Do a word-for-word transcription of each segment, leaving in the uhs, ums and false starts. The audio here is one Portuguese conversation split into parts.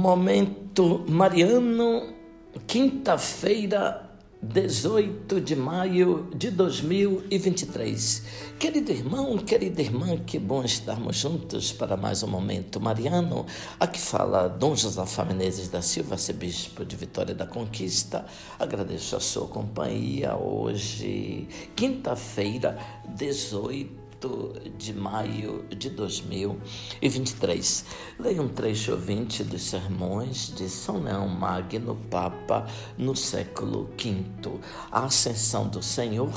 Momento Mariano, quinta-feira, dezoito de maio de dois mil e vinte e três. Querido irmão, querida irmã, que bom estarmos juntos para mais um Momento Mariano. Aqui fala Dom Josafá Menezes da Silva, arcebispo de Vitória da Conquista. Agradeço a sua companhia hoje, quinta-feira, dezoito de maio de dois mil e vinte e três. Leia um trecho vinte dos sermões de São Leão Magno, Papa, no século quinto. A ascensão do Senhor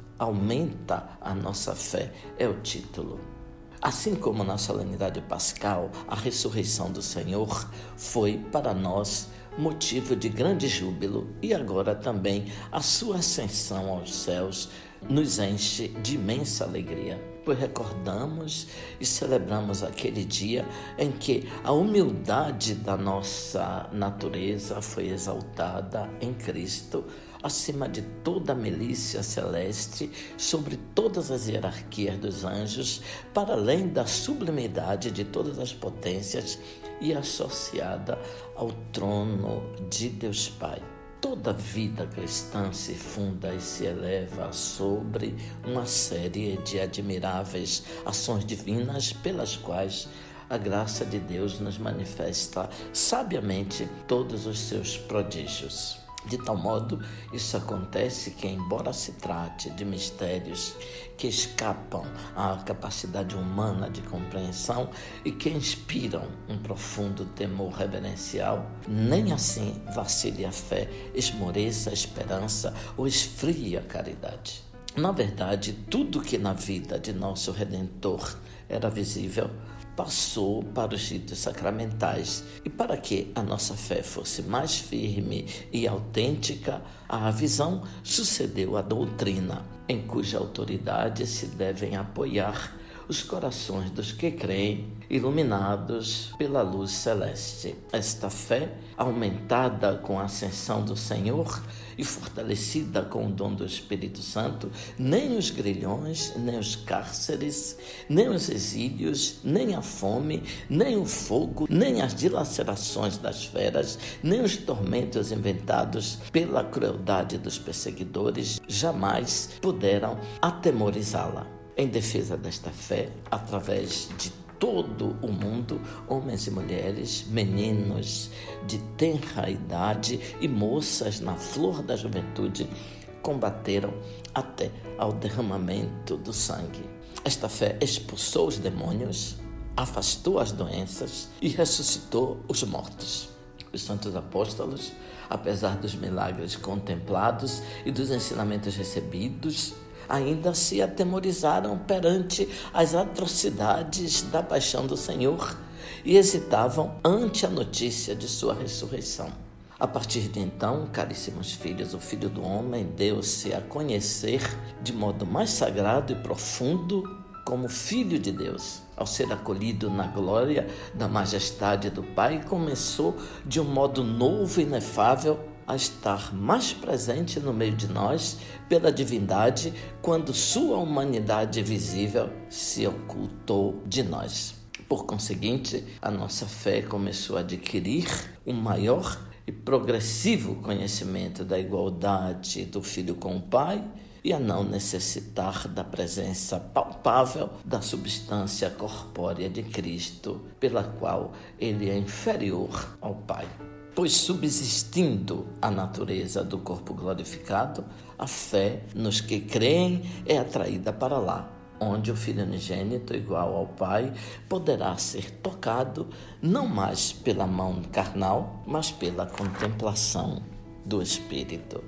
aumenta a nossa fé, é o título. Assim como na solenidade pascal, a ressurreição do Senhor foi para nós motivo de grande júbilo, e agora também a sua ascensão aos céus nos enche de imensa alegria, pois recordamos e celebramos aquele dia em que a humildade da nossa natureza foi exaltada em Cristo, acima de toda a milícia celeste, sobre todas as hierarquias dos anjos, para além da sublimidade de todas as potências e associada ao trono de Deus Pai. Toda vida cristã se funda e se eleva sobre uma série de admiráveis ações divinas pelas quais a graça de Deus nos manifesta sabiamente todos os seus prodígios. De tal modo, isso acontece que, embora se trate de mistérios que escapam à capacidade humana de compreensão e que inspiram um profundo temor reverencial, nem assim vacile a fé, esmoreça a esperança ou esfrie a caridade. Na verdade, tudo que na vida de nosso Redentor era visível passou para os ritos sacramentais, e para que a nossa fé fosse mais firme e autêntica, a visão sucedeu à doutrina, em cuja autoridade se devem apoiar os corações dos que creem, iluminados pela luz celeste. Esta fé, aumentada com a ascensão do Senhor e fortalecida com o dom do Espírito Santo, nem os grilhões, nem os cárceres, nem os exílios, nem a fome, nem o fogo, nem as dilacerações das feras, nem os tormentos inventados pela crueldade dos perseguidores jamais puderam atemorizá-la. Em defesa desta fé, através de todo o mundo, homens e mulheres, meninos de tenra idade e moças na flor da juventude, combateram até ao derramamento do sangue. Esta fé expulsou os demônios, afastou as doenças e ressuscitou os mortos. Os santos apóstolos, apesar dos milagres contemplados e dos ensinamentos recebidos, ainda se atemorizaram perante as atrocidades da paixão do Senhor e hesitavam ante a notícia de sua ressurreição. A partir de então, caríssimos filhos, o Filho do Homem deu-se a conhecer de modo mais sagrado e profundo como Filho de Deus. Ao ser acolhido na glória da majestade do Pai, começou de um modo novo e inefável a estar mais presente no meio de nós pela divindade, quando sua humanidade visível se ocultou de nós. Por conseguinte, a nossa fé começou a adquirir um maior e progressivo conhecimento da igualdade do Filho com o Pai e a não necessitar da presença palpável da substância corpórea de Cristo, pela qual ele é inferior ao Pai. Pois, subsistindo a natureza do corpo glorificado, a fé nos que creem é atraída para lá, onde o Filho unigênito, igual ao Pai, poderá ser tocado não mais pela mão carnal, mas pela contemplação do Espírito.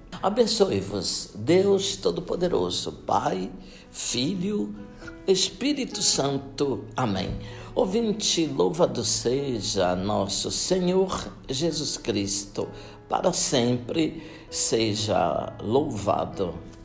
Abençoe-vos, Deus Todo-Poderoso, Pai, Filho, Espírito Santo. Amém. Ouvinte, louvado seja nosso Senhor Jesus Cristo, para sempre seja louvado.